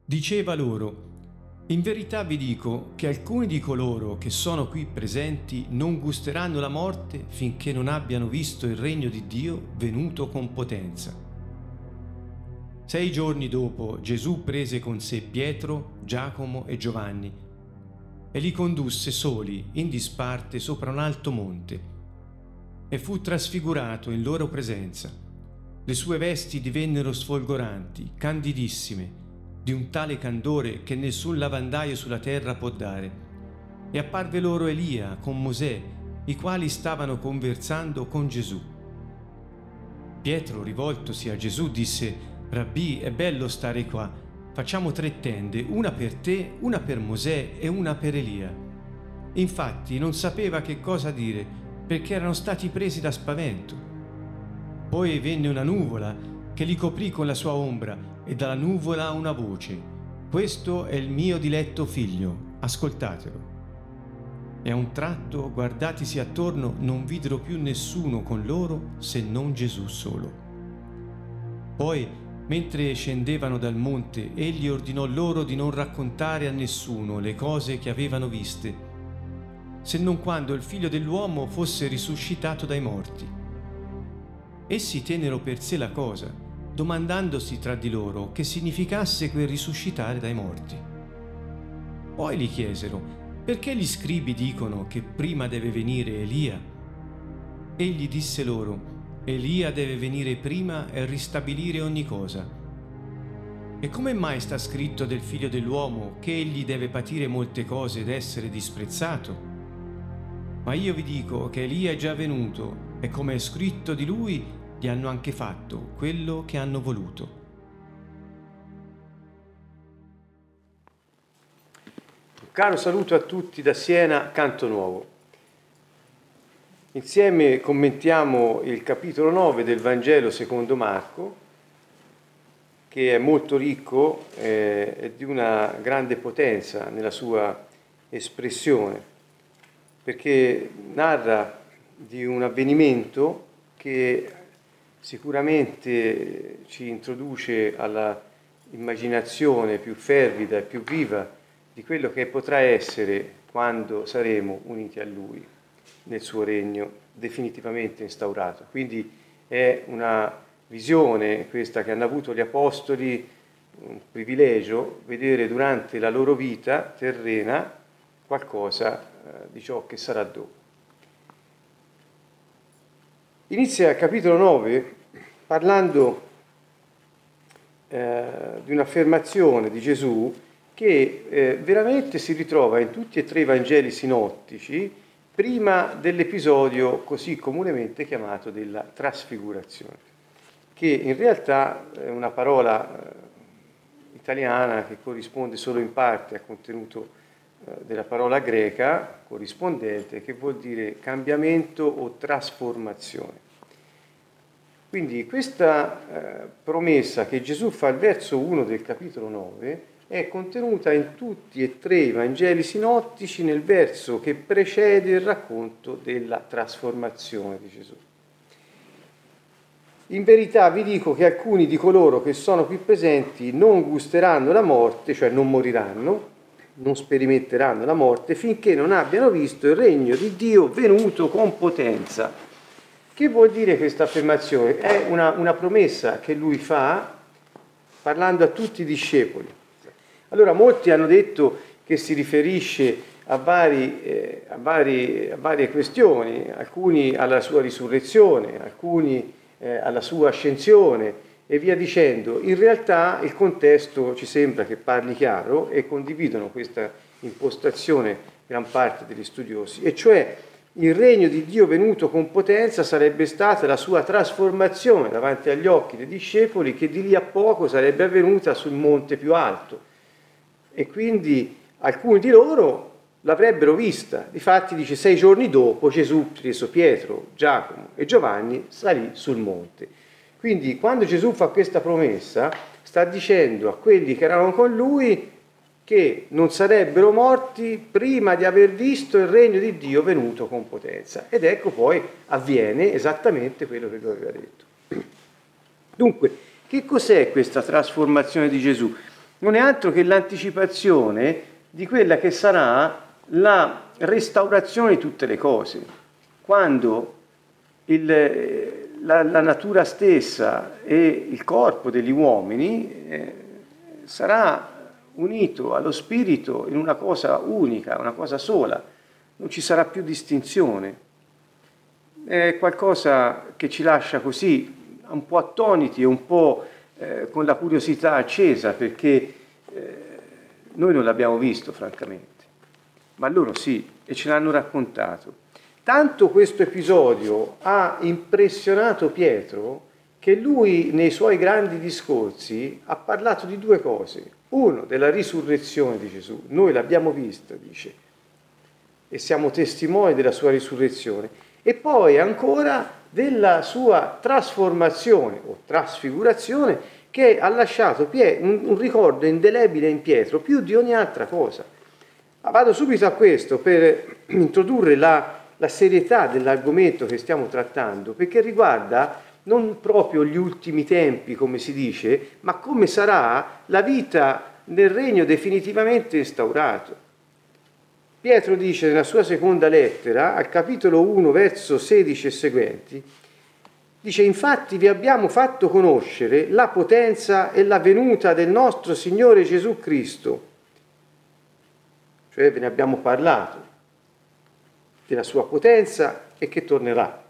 Diceva loro: in verità vi dico che alcuni di coloro che sono qui presenti non gusteranno la morte finché non abbiano visto il regno di Dio venuto con potenza. 6 giorni dopo Gesù prese con sé Pietro, Giacomo e Giovanni e li condusse soli in disparte sopra un alto monte e fu trasfigurato in loro presenza. Le sue vesti divennero sfolgoranti, candidissime, di un tale candore che nessun lavandaio sulla terra può dare. E apparve loro Elia con Mosè, i quali stavano conversando con Gesù. Pietro, rivoltosi a Gesù, disse: Rabbì, è bello stare qua. Facciamo 3 tende, una per te, una per Mosè e una per Elia. Infatti non sapeva che cosa dire, perché erano stati presi da spavento. Poi venne una nuvola che li coprì con la sua ombra, e dalla nuvola una voce: questo è il mio diletto figlio, ascoltatelo. E a un tratto, guardatisi attorno, non videro più nessuno con loro se non Gesù solo. Poi, mentre scendevano dal monte, egli ordinò loro di non raccontare a nessuno le cose che avevano viste, se non quando il figlio dell'uomo fosse risuscitato dai morti. Essi tennero per sé la cosa, domandandosi tra di loro che significasse quel risuscitare dai morti. Poi gli chiesero: perché gli scribi dicono che prima deve venire Elia? Egli disse loro: Elia deve venire prima e ristabilire ogni cosa. E come mai sta scritto del figlio dell'uomo che egli deve patire molte cose ed essere disprezzato? Ma io vi dico che Elia è già venuto, e come è scritto di lui, gli hanno anche fatto quello che hanno voluto. Un caro saluto a tutti da Siena, Canto Nuovo. Insieme commentiamo il capitolo 9 del Vangelo secondo Marco, che è molto ricco e di una grande potenza nella sua espressione, perché narra di un avvenimento che sicuramente ci introduce alla immaginazione più fervida e più viva di quello che potrà essere quando saremo uniti a Lui nel suo regno definitivamente instaurato. Quindi è una visione questa che hanno avuto gli Apostoli, un privilegio vedere durante la loro vita terrena qualcosa di ciò che sarà dopo. Inizia il capitolo 9 parlando di un'affermazione di Gesù che veramente si ritrova in tutti e 3 i Vangeli sinottici prima dell'episodio così comunemente chiamato della trasfigurazione, che in realtà è una parola italiana che corrisponde solo in parte al contenuto della parola greca corrispondente, che vuol dire cambiamento o trasformazione. Quindi questa promessa che Gesù fa al verso 1 del capitolo 9 è contenuta in tutti e 3 i Vangeli sinottici nel verso che precede il racconto della trasformazione di Gesù. In verità vi dico che alcuni di coloro che sono qui presenti non gusteranno la morte, cioè non moriranno, non sperimenteranno la morte finché non abbiano visto il regno di Dio venuto con potenza. Che vuol dire questa affermazione? È una promessa che lui fa parlando a tutti i discepoli. Allora molti hanno detto che si riferisce a varie questioni, alcuni alla sua risurrezione, alcuni alla sua ascensione e via dicendo. In realtà il contesto ci sembra che parli chiaro e condividono questa impostazione gran parte degli studiosi, e cioè il regno di Dio venuto con potenza sarebbe stata la sua trasformazione davanti agli occhi dei discepoli, che di lì a poco sarebbe avvenuta sul monte più alto, e quindi alcuni di loro l'avrebbero vista. Difatti dice 6 giorni dopo Gesù, preso Pietro, Giacomo e Giovanni, salì sul monte. Quindi quando Gesù fa questa promessa sta dicendo a quelli che erano con lui che non sarebbero morti prima di aver visto il regno di Dio venuto con potenza. Ed ecco poi avviene esattamente quello che lui aveva detto. Dunque, che cos'è questa trasformazione di Gesù? non è altro che l'anticipazione di quella che sarà la restaurazione di tutte le cose, quando la natura stessa e il corpo degli uomini sarà unito allo spirito in una cosa unica, una cosa sola, non ci sarà più distinzione. È qualcosa che ci lascia così un po' attoniti e un po' con la curiosità accesa, perché noi non l'abbiamo visto francamente, ma loro sì, e ce l'hanno raccontato. Tanto questo episodio ha impressionato Pietro che lui nei suoi grandi discorsi ha parlato di due cose. Uno, della risurrezione di Gesù, noi l'abbiamo vista, dice, e siamo testimoni della sua risurrezione, e poi ancora della sua trasformazione o trasfigurazione, che ha lasciato un ricordo indelebile in Pietro più di ogni altra cosa. Vado subito a questo per introdurre la serietà dell'argomento che stiamo trattando, perché riguarda non proprio gli ultimi tempi, come si dice, ma come sarà la vita nel regno definitivamente instaurato. Pietro dice nella sua seconda lettera, al capitolo 1, verso 16 e seguenti, dice: infatti vi abbiamo fatto conoscere la potenza e la venuta del nostro Signore Gesù Cristo, cioè ve ne abbiamo parlato, della sua potenza e che tornerà.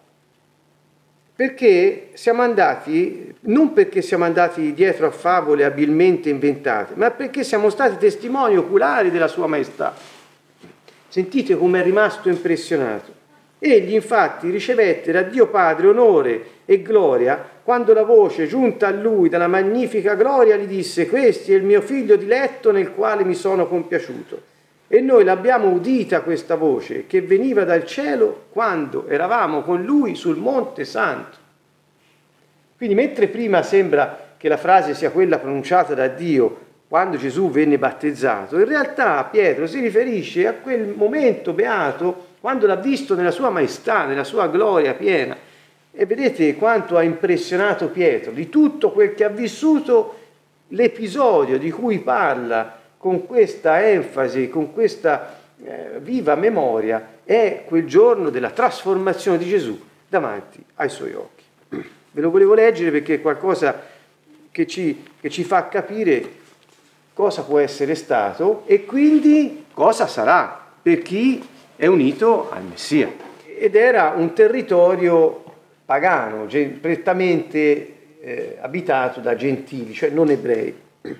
Perché siamo andati, non perché siamo andati dietro a favole abilmente inventate, ma perché siamo stati testimoni oculari della sua maestà. Sentite come è rimasto impressionato. Egli infatti ricevette da Dio Padre onore e gloria quando la voce giunta a lui dalla magnifica gloria gli disse: questo è il mio figlio diletto nel quale mi sono compiaciuto. E noi l'abbiamo udita questa voce che veniva dal cielo quando eravamo con lui sul Monte Santo. Quindi mentre prima sembra che la frase sia quella pronunciata da Dio quando Gesù venne battezzato, in realtà Pietro si riferisce a quel momento beato quando l'ha visto nella sua maestà, nella sua gloria piena. E vedete quanto ha impressionato Pietro di tutto quel che ha vissuto. L'episodio di cui parla con questa enfasi, con questa viva memoria, è quel giorno della trasformazione di Gesù davanti ai suoi occhi. Ve lo volevo leggere perché è qualcosa che ci fa capire cosa può essere stato e quindi cosa sarà per chi è unito al Messia. Ed era un territorio pagano, prettamente abitato da gentili, cioè non ebrei.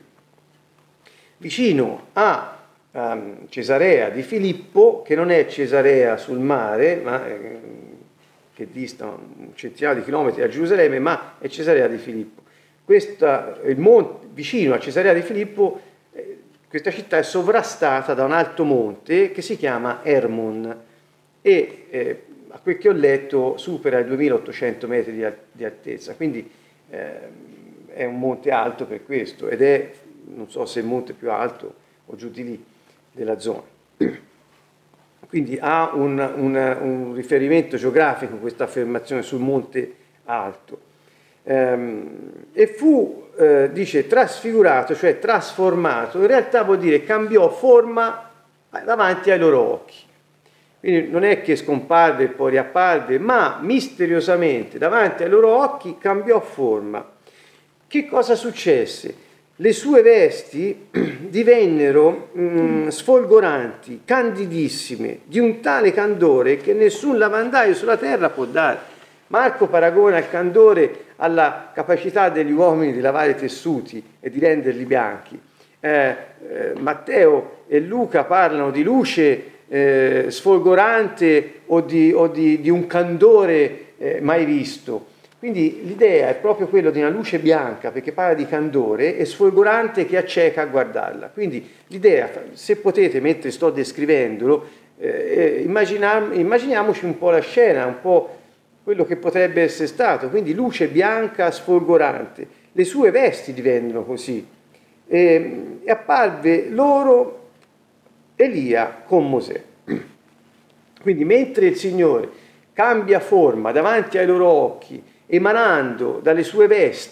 Vicino a Cesarea di Filippo, che non è Cesarea sul mare, ma che dista un centinaio di chilometri da Gerusalemme, ma è Cesarea di Filippo. Vicino a Cesarea di Filippo, questa città è sovrastata da un alto monte che si chiama Hermon e a quel che ho letto supera i 2800 metri di altezza, quindi è un monte alto per questo ed è, non so se è il monte più alto o giù di lì della zona. Quindi ha un riferimento geografico questa affermazione sul monte alto. E fu, dice, trasfigurato, cioè trasformato, in realtà vuol dire cambiò forma davanti ai loro occhi. Quindi non è che scomparve e poi riapparve, ma misteriosamente davanti ai loro occhi cambiò forma. Che cosa successe? Le sue vesti divennero sfolgoranti, candidissime, di un tale candore che nessun lavandaio sulla terra può dare. Marco paragona il candore alla capacità degli uomini di lavare tessuti e di renderli bianchi. Matteo e Luca parlano di luce sfolgorante o di un candore mai visto. Quindi l'idea è proprio quella di una luce bianca, perché parla di candore, e sfolgorante che acceca a guardarla. Quindi l'idea, se potete, mentre sto descrivendolo, immaginiamoci un po' la scena, un po' quello che potrebbe essere stato. Quindi luce bianca sfolgorante. Le sue vesti divennero così. E apparve loro Elia con Mosè. Quindi mentre il Signore cambia forma davanti ai loro occhi, emanando dalle sue vesti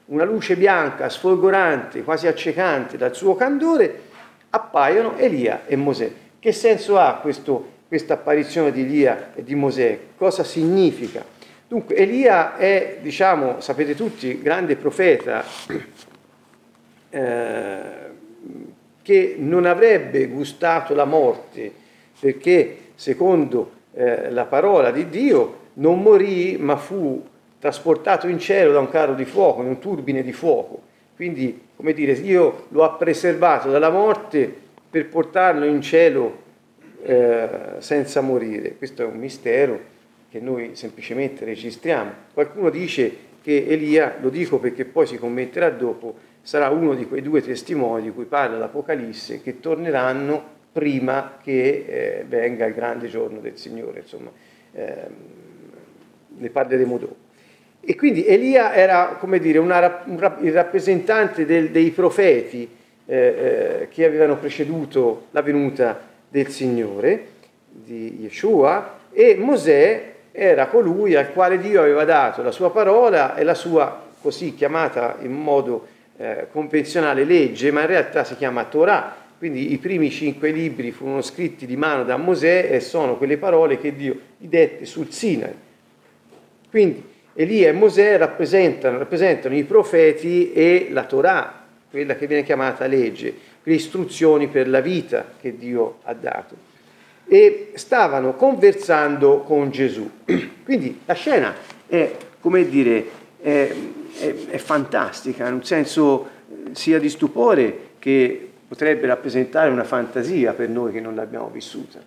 una luce bianca, sfolgorante, quasi accecante dal suo candore, appaiono Elia e Mosè. Che senso ha questa apparizione di Elia e di Mosè? Cosa significa? Dunque, Elia è, diciamo, sapete tutti, grande profeta che non avrebbe gustato la morte, perché secondo la parola di Dio non morì, ma fu trasportato in cielo da un carro di fuoco, in un turbine di fuoco. Quindi, come dire, Dio lo ha preservato dalla morte per portarlo in cielo senza morire. Questo è un mistero che noi semplicemente registriamo. Qualcuno dice che Elia, lo dico perché poi si commenterà dopo, sarà uno di quei due testimoni di cui parla l'Apocalisse, che torneranno prima che venga il grande giorno del Signore, insomma, ne parleremo dopo. E quindi Elia era, come dire, il rappresentante dei profeti che avevano preceduto la venuta del Signore, di Yeshua, e Mosè era colui al quale Dio aveva dato la sua parola e la sua, così chiamata in modo convenzionale, legge, ma in realtà si chiama Torah. Quindi i primi 5 libri furono scritti di mano da Mosè e sono quelle parole che Dio gli dette sul Sinai. Quindi Elia e Mosè rappresentano i profeti e la Torah, quella che viene chiamata legge, le istruzioni per la vita che Dio ha dato. E stavano conversando con Gesù. Quindi la scena è, come dire, è fantastica, in un senso sia di stupore che potrebbe rappresentare una fantasia per noi che non l'abbiamo vissuta.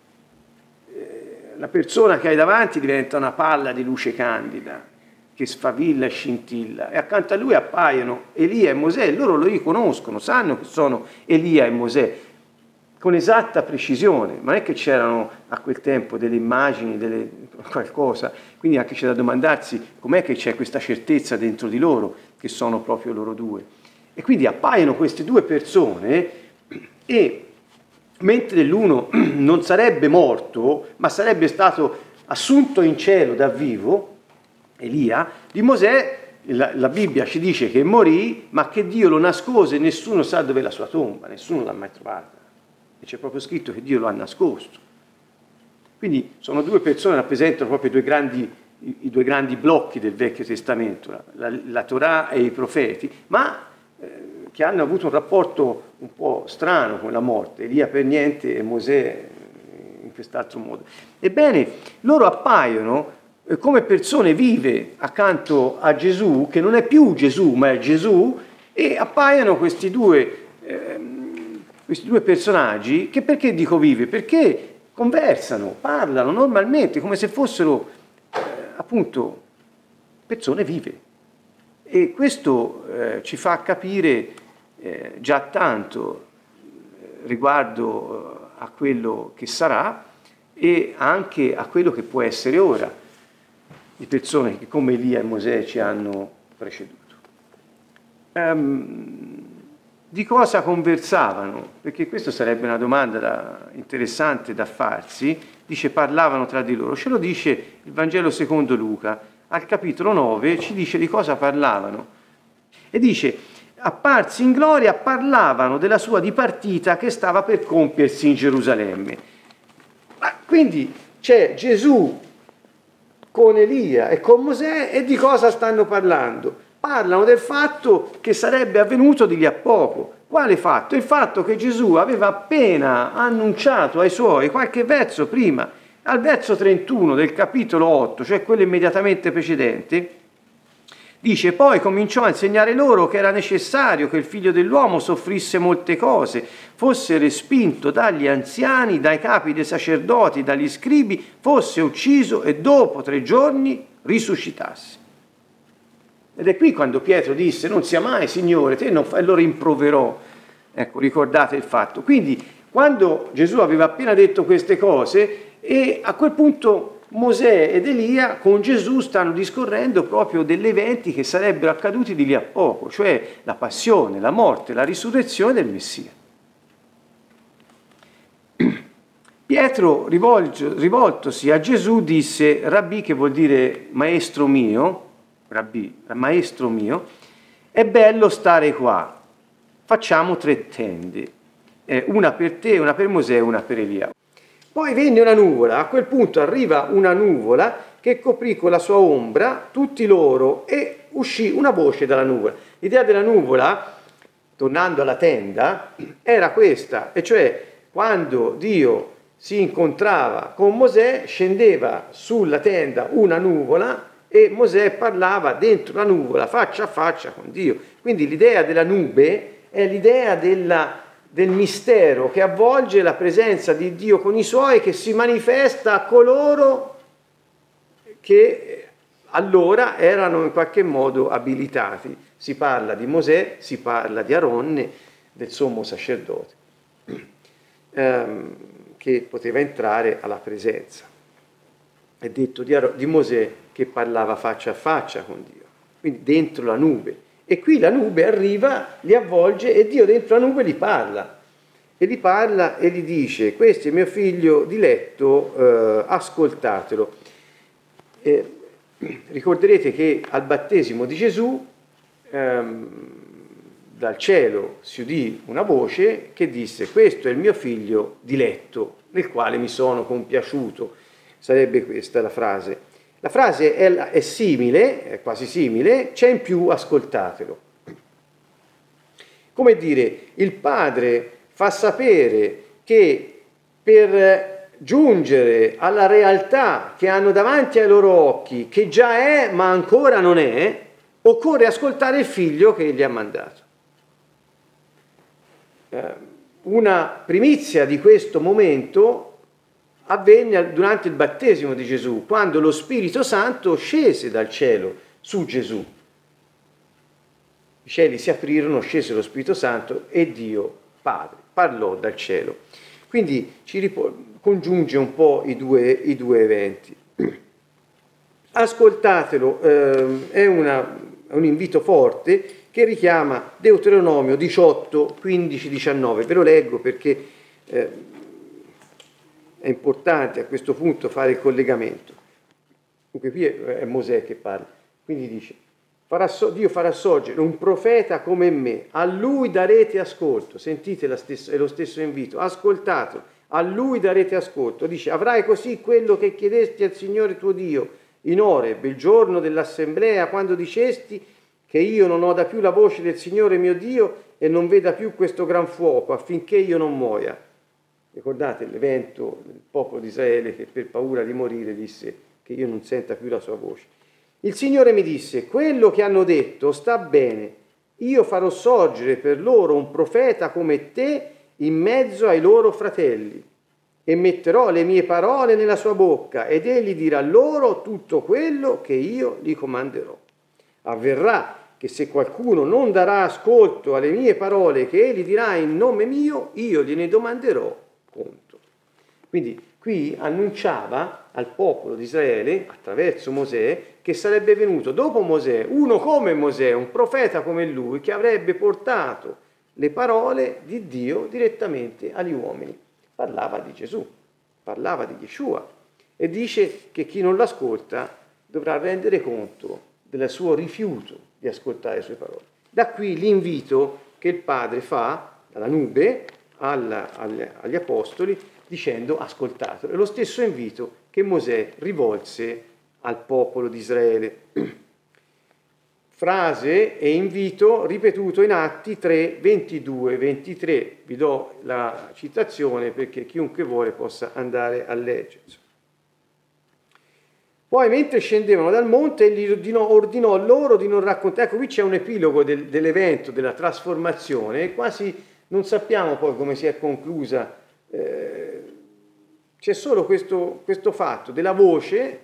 La persona che hai davanti diventa una palla di luce candida che sfavilla e scintilla, e accanto a lui appaiono Elia e Mosè. Loro lo riconoscono, sanno che sono Elia e Mosè con esatta precisione. Ma non è che c'erano a quel tempo delle immagini, qualcosa, quindi anche c'è da domandarsi com'è che c'è questa certezza dentro di loro che sono proprio loro due. E quindi appaiono queste due persone e mentre l'uno non sarebbe morto, ma sarebbe stato assunto in cielo da vivo, Elia, di Mosè, la Bibbia ci dice che morì, ma che Dio lo nascose, nessuno sa dove è la sua tomba, nessuno l'ha mai trovata. E c'è proprio scritto che Dio lo ha nascosto. Quindi sono due persone che rappresentano proprio i due grandi blocchi del Vecchio Testamento, la Torah e i profeti, ma che hanno avuto un rapporto un po' strano con la morte, Elia per niente e Mosè in quest'altro modo. Ebbene, loro appaiono come persone vive accanto a Gesù, che non è più Gesù, ma è Gesù, e appaiono questi due personaggi che, perché dico vive? Perché conversano, parlano normalmente, come se fossero appunto persone vive. E questo ci fa capire già tanto riguardo a quello che sarà e anche a quello che può essere ora, di persone che come Elia e Mosè ci hanno preceduto. Di cosa conversavano? Perché questa sarebbe una domanda interessante da farsi. Dice parlavano tra di loro. Ce lo dice il Vangelo secondo Luca. Al capitolo 9 ci dice di cosa parlavano. E dice, apparsi in gloria, parlavano della sua dipartita che stava per compiersi in Gerusalemme. Quindi c'è Gesù con Elia e con Mosè, e di cosa stanno parlando? Parlano del fatto che sarebbe avvenuto di lì a poco. Quale fatto? Il fatto che Gesù aveva appena annunciato ai suoi, qualche verso prima, al verso 31 del capitolo 8, cioè quello immediatamente precedente, dice, poi cominciò a insegnare loro che era necessario che il figlio dell'uomo soffrisse molte cose, fosse respinto dagli anziani, dai capi dei sacerdoti, dagli scribi, fosse ucciso e dopo 3 giorni risuscitasse. Ed è qui quando Pietro disse, non sia mai, Signore, te non fai, e lo rimproverò. Ecco, ricordate il fatto. Quindi, quando Gesù aveva appena detto queste cose, e a quel punto Mosè ed Elia con Gesù stanno discorrendo proprio degli eventi che sarebbero accaduti di lì a poco, cioè la passione, la morte, la risurrezione del Messia. Pietro, rivoltosi a Gesù, disse, Rabbì, che vuol dire maestro mio, Rabbì, maestro mio, è bello stare qua, facciamo 3 tende, una per te, una per Mosè e una per Elia. Poi venne una nuvola, a quel punto arriva una nuvola che coprì con la sua ombra tutti loro e uscì una voce dalla nuvola. L'idea della nuvola, tornando alla tenda, era questa, e cioè quando Dio si incontrava con Mosè, scendeva sulla tenda una nuvola e Mosè parlava dentro la nuvola, faccia a faccia con Dio. Quindi l'idea della nube è l'idea del mistero che avvolge la presenza di Dio con i suoi, che si manifesta a coloro che allora erano in qualche modo abilitati. Si parla di Mosè, si parla di Aronne, del sommo sacerdote, che poteva entrare alla presenza. È detto di Mosè che parlava faccia a faccia con Dio, quindi dentro la nube. E qui la nube arriva, li avvolge e Dio dentro la nube gli parla e gli dice: questo è mio figlio diletto, ascoltatelo. Ricorderete che al battesimo di Gesù dal cielo si udì una voce che disse: questo è il mio figlio diletto nel quale mi sono compiaciuto. Sarebbe questa la frase. La frase è simile, è quasi simile, c'è in più, ascoltatelo. Come dire, il padre fa sapere che per giungere alla realtà che hanno davanti ai loro occhi, che già è ma ancora non è, occorre ascoltare il figlio che gli ha mandato. Una primizia di questo momento avvenne durante il battesimo di Gesù, quando lo Spirito Santo scese dal cielo su Gesù. I cieli si aprirono, scese lo Spirito Santo e Dio Padre parlò dal cielo. Quindi congiunge un po' i due eventi. Ascoltatelo, è un invito forte che richiama Deuteronomio 18, 15, 19. Ve lo leggo perché è importante a questo punto fare il collegamento. Dunque qui è Mosè che parla. Quindi dice: Dio farà sorgere un profeta come me, a lui darete ascolto. Sentite è lo stesso invito, ascoltatelo, a lui darete ascolto. Dice: avrai così quello che chiedesti al Signore tuo Dio in Oreb, il giorno dell'assemblea, quando dicesti che io non oda più la voce del Signore mio Dio e non veda più questo gran fuoco, affinché io non muoia. Ricordate l'evento del popolo di Israele che per paura di morire disse che io non senta più la sua voce. Il Signore mi disse: quello che hanno detto sta bene, io farò sorgere per loro un profeta come te in mezzo ai loro fratelli e metterò le mie parole nella sua bocca ed egli dirà loro tutto quello che io gli comanderò. Avverrà che se qualcuno non darà ascolto alle mie parole che egli dirà in nome mio, io gliene domanderò conto. Quindi qui annunciava al popolo di Israele, attraverso Mosè, che sarebbe venuto dopo Mosè uno come Mosè, un profeta come lui, che avrebbe portato le parole di Dio direttamente agli uomini. Parlava di Gesù, parlava di Yeshua e dice che chi non l'ascolta dovrà rendere conto del suo rifiuto di ascoltare le sue parole. Da qui l'invito che il Padre fa dalla nube agli apostoli dicendo: ascoltatelo. È lo stesso invito che Mosè rivolse al popolo di Israele. Frase e invito ripetuto in Atti 3, 22, 23. Vi do la citazione perché chiunque vuole possa andare a leggersi. Poi mentre scendevano dal monte egli ordinò loro di non raccontare. Ecco, qui c'è un epilogo dell'evento, della trasformazione, quasi non sappiamo poi come si è conclusa. C'è solo questo fatto della voce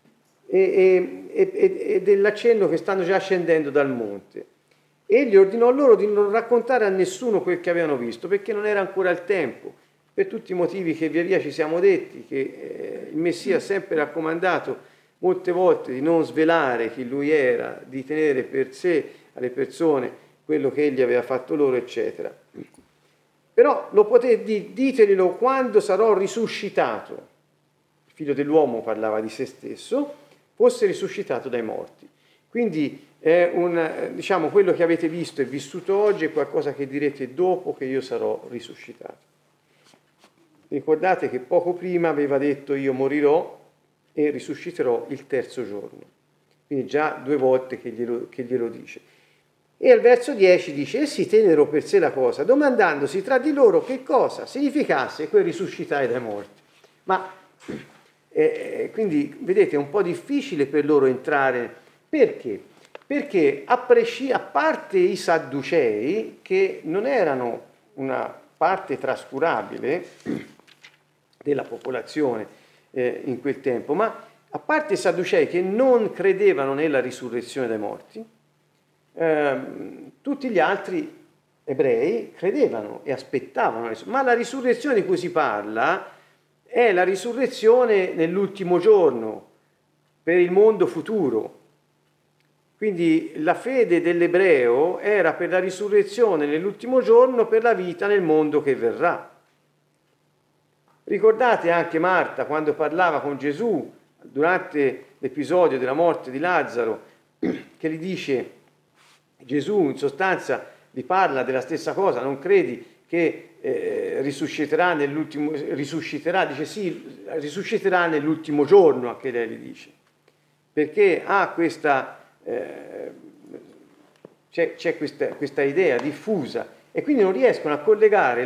e dell'accenno che stanno già scendendo dal monte. Egli ordinò loro di non raccontare a nessuno quel che avevano visto, perché non era ancora il tempo, per tutti i motivi che via via ci siamo detti, che il Messia ha sempre raccomandato molte volte di non svelare chi lui era, di tenere per sé alle persone quello che egli aveva fatto loro, eccetera. Però lo potete diteglielo quando sarò risuscitato. Il figlio dell'uomo parlava di se stesso, fosse risuscitato dai morti. Quindi diciamo, quello che avete visto e vissuto oggi è qualcosa che direte dopo che io sarò risuscitato. Ricordate che poco prima aveva detto io morirò e risusciterò il terzo giorno. Quindi già 2 volte che glielo dice. E al verso 10 dice: essi tennero per sé la cosa, domandandosi tra di loro che cosa significasse quel risuscitare dai morti. Ma quindi vedete è un po' difficile per loro entrare. Perché? Perché a parte i Sadducei, che non erano una parte trascurabile della popolazione in quel tempo, ma a parte i Sadducei che non credevano nella risurrezione dai morti, tutti gli altri ebrei credevano e aspettavano, ma la risurrezione di cui si parla è la risurrezione nell'ultimo giorno, per il mondo futuro. Quindi la fede dell'ebreo era per la risurrezione nell'ultimo giorno, per la vita nel mondo che verrà. Ricordate anche Marta quando parlava con Gesù durante l'episodio della morte di Lazzaro, che gli dice, Gesù in sostanza gli parla della stessa cosa, non credi che risusciterà, dice sì, risusciterà nell'ultimo giorno, anche lei gli dice, perché ha questa, c'è questa idea diffusa e quindi non riescono a collegare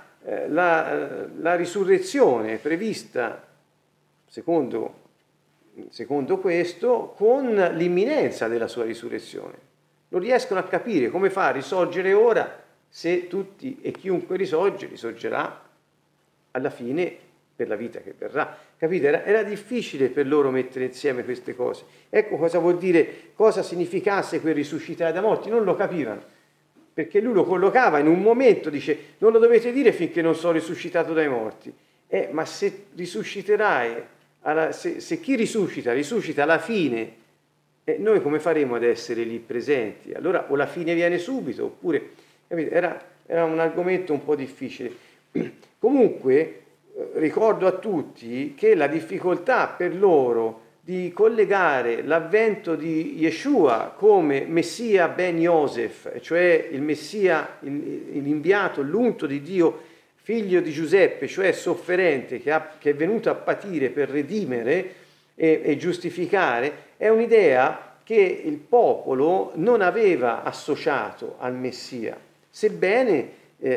la risurrezione prevista secondo questo con l'imminenza della sua risurrezione. Non riescono a capire come fa a risorgere ora se tutti e chiunque risorgerà alla fine per la vita che verrà. Capite? Era difficile per loro mettere insieme queste cose. Ecco cosa vuol dire, cosa significasse quel risuscitare da morti. Non lo capivano, perché lui lo collocava in un momento, dice, non lo dovete dire finché non sono risuscitato dai morti. Ma se risusciterai, se chi risuscita alla fine, noi come faremo ad essere lì presenti? Allora o la fine viene subito, oppure, capite? Era un argomento un po' difficile. Comunque, ricordo a tutti che la difficoltà per loro di collegare l'avvento di Yeshua come Messia ben Yosef, cioè il Messia, l'inviato, l'unto di Dio, figlio di Giuseppe, cioè sofferente, che è venuto a patire per redimere e giustificare, è un'idea che il popolo non aveva associato al Messia, sebbene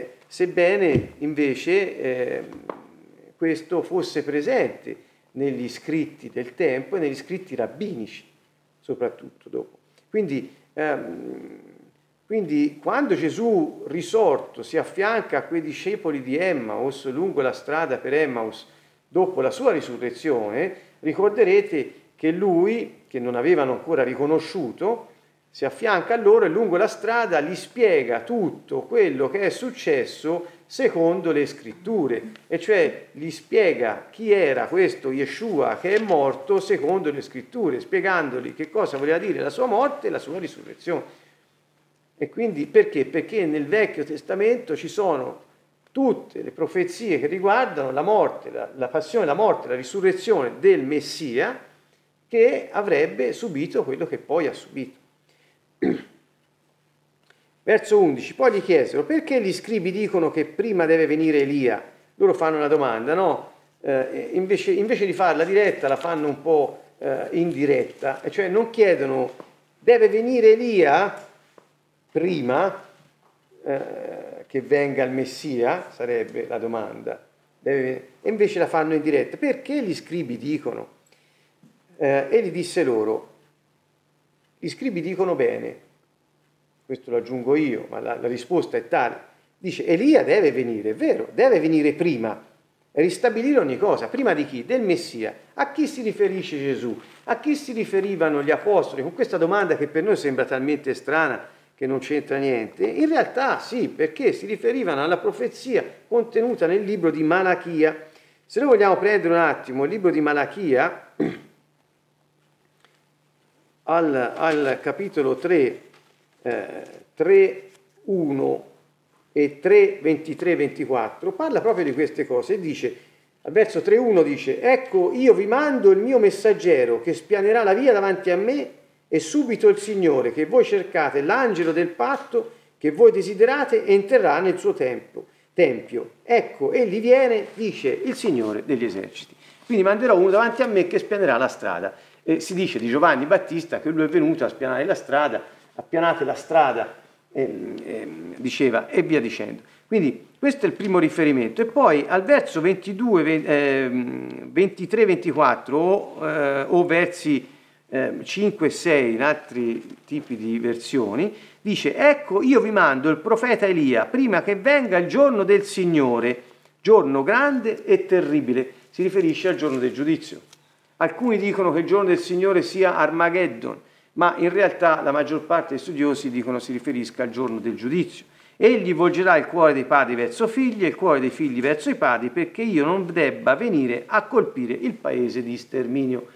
invece questo fosse presente negli scritti del tempo e negli scritti rabbinici, soprattutto dopo. Quindi quando Gesù risorto si affianca a quei discepoli di Emmaus lungo la strada per Emmaus dopo la sua risurrezione, ricorderete che lui, che non avevano ancora riconosciuto, si affianca a loro e lungo la strada gli spiega tutto quello che è successo secondo le scritture, e cioè gli spiega chi era questo Yeshua che è morto secondo le scritture, spiegandogli che cosa voleva dire la sua morte e la sua risurrezione. E quindi perché? Perché nel Vecchio Testamento ci sono tutte le profezie che riguardano la morte, la passione, la morte, la risurrezione del Messia, che avrebbe subito quello che poi ha subito. Verso 11, poi gli chiesero, perché gli scribi dicono che prima deve venire Elia? Loro fanno una domanda, no? Invece di farla diretta la fanno un po' indiretta, e cioè non chiedono, deve venire Elia prima che venga il Messia, sarebbe la domanda, e invece la fanno in diretta. Perché gli scribi dicono? E gli disse loro, gli scribi dicono bene, questo lo aggiungo io, ma la risposta è tale. Dice, Elia deve venire, è vero, deve venire prima, ristabilire ogni cosa. Prima di chi? Del Messia. A chi si riferisce Gesù? A chi si riferivano gli apostoli? Con questa domanda che per noi sembra talmente strana che non c'entra niente. In realtà sì, perché si riferivano alla profezia contenuta nel libro di Malachia. Se noi vogliamo prendere un attimo il libro di Malachia, al capitolo 3, 3:1 e 3:23-24 parla proprio di queste cose e dice, al verso 3:1 dice, ecco io vi mando il mio messaggero che spianerà la via davanti a me e subito il Signore che voi cercate, l'angelo del patto che voi desiderate, entrerà nel suo tempio. Ecco, egli viene, dice il Signore degli eserciti. Quindi manderò uno davanti a me che spianerà la strada. Si dice di Giovanni Battista che lui è venuto a spianare la strada, appianate la strada, diceva, e via dicendo. Quindi questo è il primo riferimento. E poi al verso 22, 23, 24 o versi 5 e 6 in altri tipi di versioni, dice: ecco, io vi mando il profeta Elia prima che venga il giorno del Signore, giorno grande e terribile. Si riferisce al giorno del giudizio. Alcuni dicono che il giorno del Signore sia Armageddon, ma in realtà la maggior parte dei studiosi dicono si riferisca al giorno del giudizio. Egli volgerà il cuore dei padri verso figli e il cuore dei figli verso i padri, perché io non debba venire a colpire il paese di sterminio.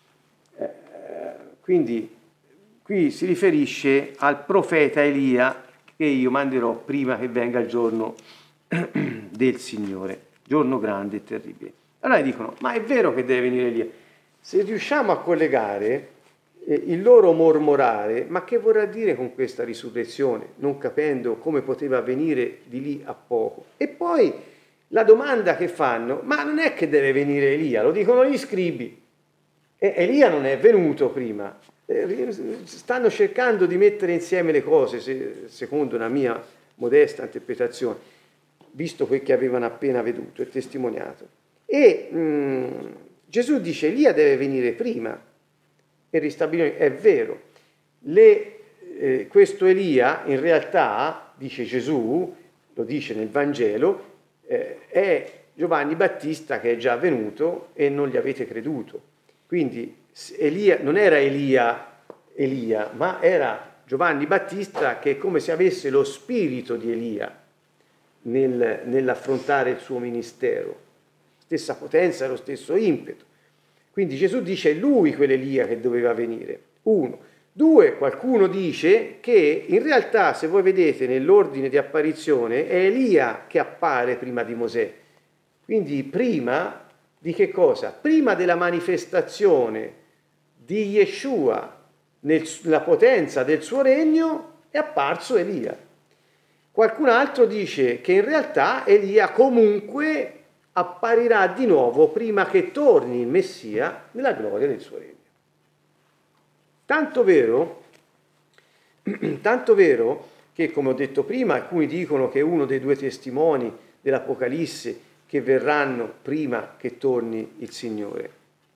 Quindi qui si riferisce al profeta Elia che io manderò prima che venga il giorno del Signore, giorno grande e terribile. Allora dicono, ma è vero che deve venire Elia? Se riusciamo a collegare il loro mormorare, ma che vorrà dire con questa risurrezione, non capendo come poteva avvenire di lì a poco? E poi la domanda che fanno, ma non è che deve venire Elia, lo dicono gli scribi. Elia non è venuto prima. Stanno cercando di mettere insieme le cose, secondo una mia modesta interpretazione, visto quel che avevano appena veduto e testimoniato. E Gesù dice Elia deve venire prima e ristabilire. È vero, questo Elia in realtà, dice Gesù, lo dice nel Vangelo, è Giovanni Battista che è già venuto e non gli avete creduto. Quindi Elia non era Elia, ma era Giovanni Battista che è come se avesse lo spirito di Elia nell'affrontare il suo ministero, stessa potenza e lo stesso impeto. Quindi Gesù dice è lui quell'Elia che doveva venire. 1. 2. Qualcuno dice che in realtà, se voi vedete nell'ordine di apparizione, è Elia che appare prima di Mosè. Quindi prima di che cosa? Prima della manifestazione di Yeshua nella potenza del suo regno è apparso Elia. Qualcun altro dice che in realtà Elia comunque apparirà di nuovo prima che torni il Messia nella gloria del suo regno. Tanto vero che, come ho detto prima, alcuni dicono che è uno dei due testimoni dell'Apocalisse che verranno prima che torni il Signore.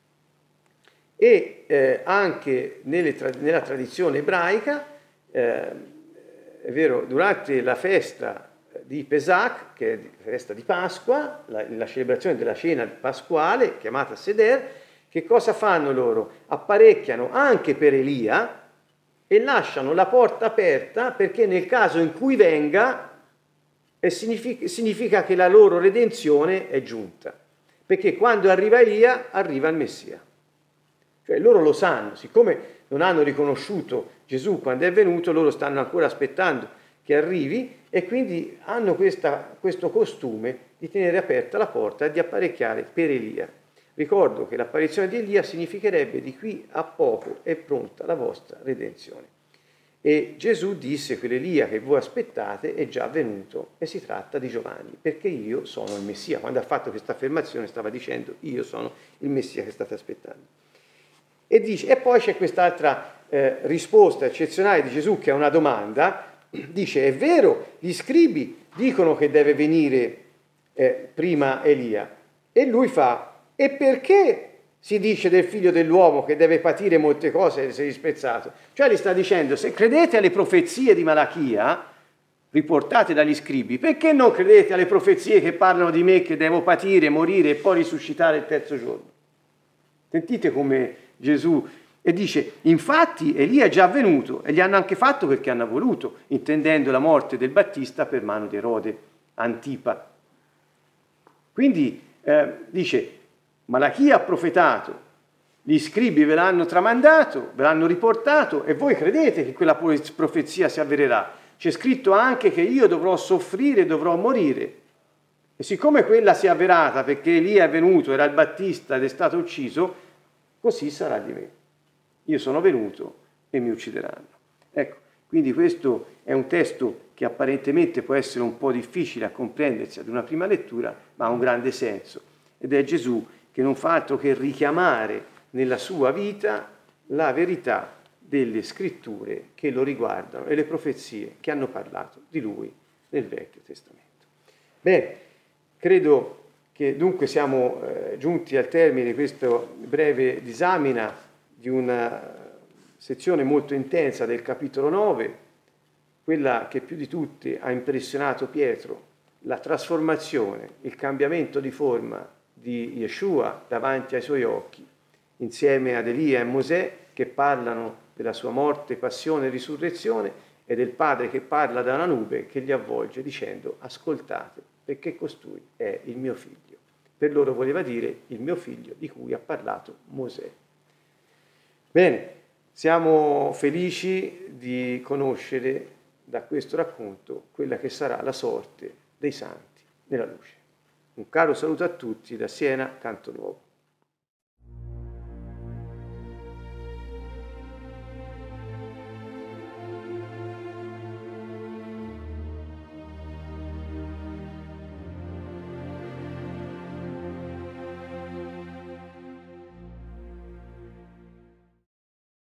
E anche nella tradizione ebraica, è vero, durante la festa di Pesach, che è la festa di Pasqua, la celebrazione della cena pasquale, chiamata Seder, che cosa fanno loro? Apparecchiano anche per Elia e lasciano la porta aperta perché nel caso in cui venga significa che la loro redenzione è giunta, perché quando arriva Elia arriva il Messia. Cioè loro lo sanno, siccome non hanno riconosciuto Gesù quando è venuto, loro stanno ancora aspettando che arrivi e quindi hanno questo costume di tenere aperta la porta e di apparecchiare per Elia. Ricordo che l'apparizione di Elia significherebbe di qui a poco è pronta la vostra redenzione. E Gesù disse quell'Elia che voi aspettate è già venuto e si tratta di Giovanni, perché io sono il Messia. Quando ha fatto questa affermazione stava dicendo io sono il Messia che state aspettando. E poi c'è quest'altra risposta eccezionale di Gesù che è una domanda. Dice, è vero, gli scribi dicono che deve venire prima Elia. E lui fa, e perché si dice del figlio dell'uomo che deve patire molte cose e essere disprezzato? Cioè gli sta dicendo, se credete alle profezie di Malachia, riportate dagli scribi, perché non credete alle profezie che parlano di me che devo patire, morire e poi risuscitare il terzo giorno? Sentite come Gesù... E dice, infatti Elia è già venuto e gli hanno anche fatto quel che hanno voluto, intendendo la morte del Battista per mano di Erode Antipa. Quindi dice, Malachia ha profetato, gli scribi ve l'hanno tramandato, ve l'hanno riportato e voi credete che quella profezia si avvererà. C'è scritto anche che io dovrò soffrire e dovrò morire. E siccome quella si è avverata perché Elia è venuto, era il Battista ed è stato ucciso, così sarà di me. Io sono venuto e mi uccideranno. Ecco, quindi questo è un testo che apparentemente può essere un po' difficile a comprendersi ad una prima lettura, ma ha un grande senso. Ed è Gesù che non fa altro che richiamare nella sua vita la verità delle scritture che lo riguardano e le profezie che hanno parlato di lui nel Vecchio Testamento. Bene, credo che dunque siamo giunti al termine di questa breve disamina di una sezione molto intensa del capitolo 9, quella che più di tutte ha impressionato Pietro, la trasformazione, il cambiamento di forma di Yeshua davanti ai suoi occhi, insieme ad Elia e Mosè che parlano della sua morte, passione e risurrezione, e del Padre che parla da una nube che li avvolge dicendo: ascoltate, perché costui è il mio figlio. Per loro voleva dire il mio figlio di cui ha parlato Mosè. Bene, siamo felici di conoscere da questo racconto quella che sarà la sorte dei santi nella luce. Un caro saluto a tutti da Siena, Canto Nuovo.